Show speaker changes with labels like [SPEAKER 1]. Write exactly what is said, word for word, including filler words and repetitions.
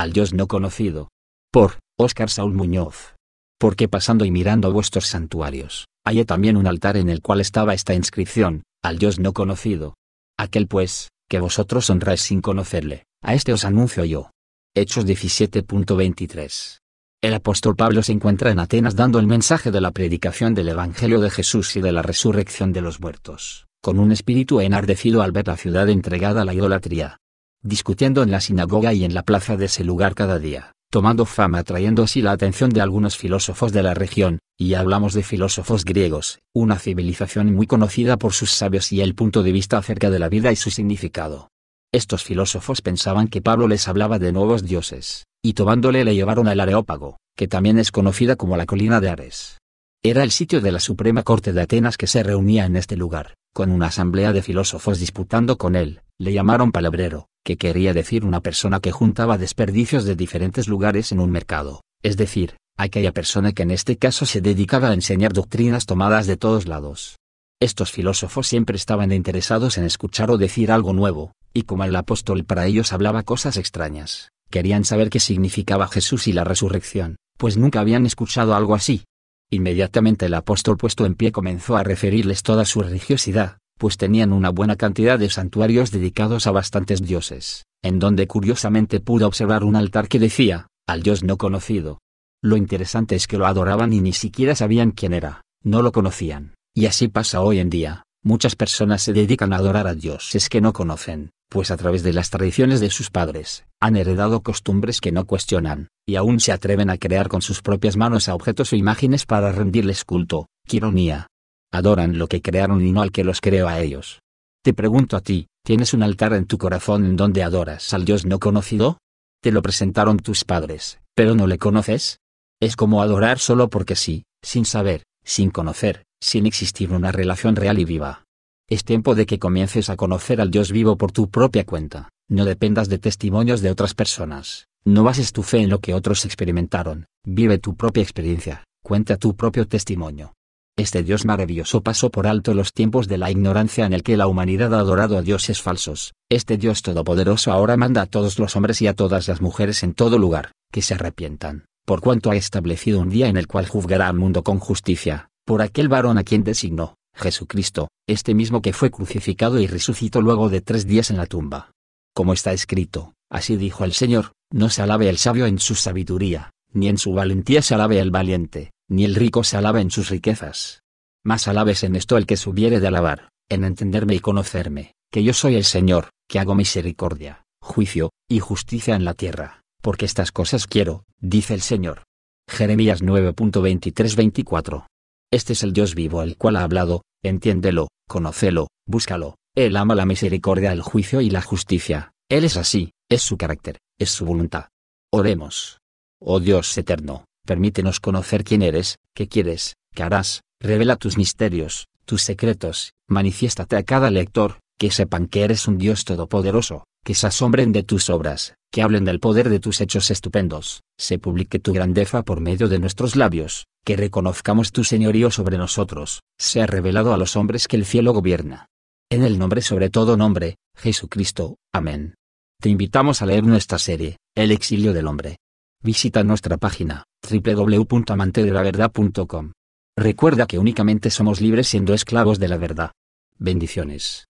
[SPEAKER 1] al Dios no conocido. Por Óscar Saúl Muñoz. Porque pasando y mirando vuestros santuarios, hallé también un altar en el cual estaba esta inscripción, al Dios no conocido. Aquel pues, que vosotros honráis sin conocerle, a este os anuncio yo. Hechos diecisiete punto veintitrés. El apóstol Pablo se encuentra en Atenas dando el mensaje de la predicación del Evangelio de Jesús y de la resurrección de los muertos, con un espíritu enardecido al ver la ciudad entregada a la idolatría. Discutiendo en la sinagoga y en la plaza de ese lugar cada día, tomando fama atrayendo así la atención de algunos filósofos de la región, y hablamos de filósofos griegos, una civilización muy conocida por sus sabios y el punto de vista acerca de la vida y su significado. Estos filósofos pensaban que Pablo les hablaba de nuevos dioses, y tomándole le llevaron al Areópago, que también es conocida como la colina de Ares. Era el sitio de la Suprema Corte de Atenas que se reunía en este lugar, con una asamblea de filósofos disputando con él. Le llamaron palabrero, que quería decir una persona que juntaba desperdicios de diferentes lugares en un mercado, es decir, aquella persona que en este caso se dedicaba a enseñar doctrinas tomadas de todos lados. Estos filósofos siempre estaban interesados en escuchar o decir algo nuevo, y como el apóstol para ellos hablaba cosas extrañas, querían saber qué significaba Jesús y la resurrección, pues nunca habían escuchado algo así. Inmediatamente el apóstol puesto en pie comenzó a referirles toda su religiosidad, pues tenían una buena cantidad de santuarios dedicados a bastantes dioses, en donde curiosamente pudo observar un altar que decía, al Dios no conocido. Lo interesante es que lo adoraban y ni siquiera sabían quién era, no lo conocían, y así pasa hoy en día, muchas personas se dedican a adorar a dioses que no conocen, pues a través de las tradiciones de sus padres, han heredado costumbres que no cuestionan, y aún se atreven a crear con sus propias manos a objetos o imágenes para rendirles culto. ¡Qué ironía! Adoran lo que crearon y no al que los creó a ellos. Te pregunto a ti, ¿tienes un altar en tu corazón en donde adoras al Dios no conocido? Te lo presentaron tus padres, pero no le conoces. Es como adorar solo porque sí, sin saber, sin conocer, sin existir una relación real y viva. Es tiempo de que comiences a conocer al Dios vivo por tu propia cuenta, no dependas de testimonios de otras personas, no bases tu fe en lo que otros experimentaron, vive tu propia experiencia, cuenta tu propio testimonio. Este Dios maravilloso pasó por alto los tiempos de la ignorancia en el que la humanidad ha adorado a dioses falsos. Este Dios todopoderoso ahora manda a todos los hombres y a todas las mujeres en todo lugar, que se arrepientan, por cuanto ha establecido un día en el cual juzgará al mundo con justicia, por aquel varón a quien designó, Jesucristo, este mismo que fue crucificado y resucitó luego de tres días en la tumba. Como está escrito, así dijo el Señor, no se alabe el sabio en su sabiduría, ni en su valentía se alabe el valiente, ni el rico se alabe en sus riquezas. Mas alabes en esto el que subiere de alabar, en entenderme y conocerme, que yo soy el Señor, que hago misericordia, juicio, y justicia en la tierra, porque estas cosas quiero, dice el Señor. Jeremías nueve punto veintitrés veinticuatro. Este es el Dios vivo el cual ha hablado, entiéndelo, conócelo, búscalo, Él ama la misericordia, el juicio y la justicia, Él es así, es su carácter, es su voluntad. Oremos. Oh Dios eterno, permítenos conocer quién eres, qué quieres, qué harás, revela tus misterios, tus secretos, manifiéstate a cada lector, que sepan que eres un Dios todopoderoso, que se asombren de tus obras, que hablen del poder de tus hechos estupendos, se publique tu grandeza por medio de nuestros labios, que reconozcamos tu señorío sobre nosotros, sea revelado a los hombres que el cielo gobierna. En el nombre sobre todo nombre, Jesucristo, amén. Te invitamos a leer nuestra serie, El exilio del hombre. Visita nuestra página, doble u doble u doble u punto amante de la verdad punto com. Recuerda que únicamente somos libres siendo esclavos de la verdad. Bendiciones.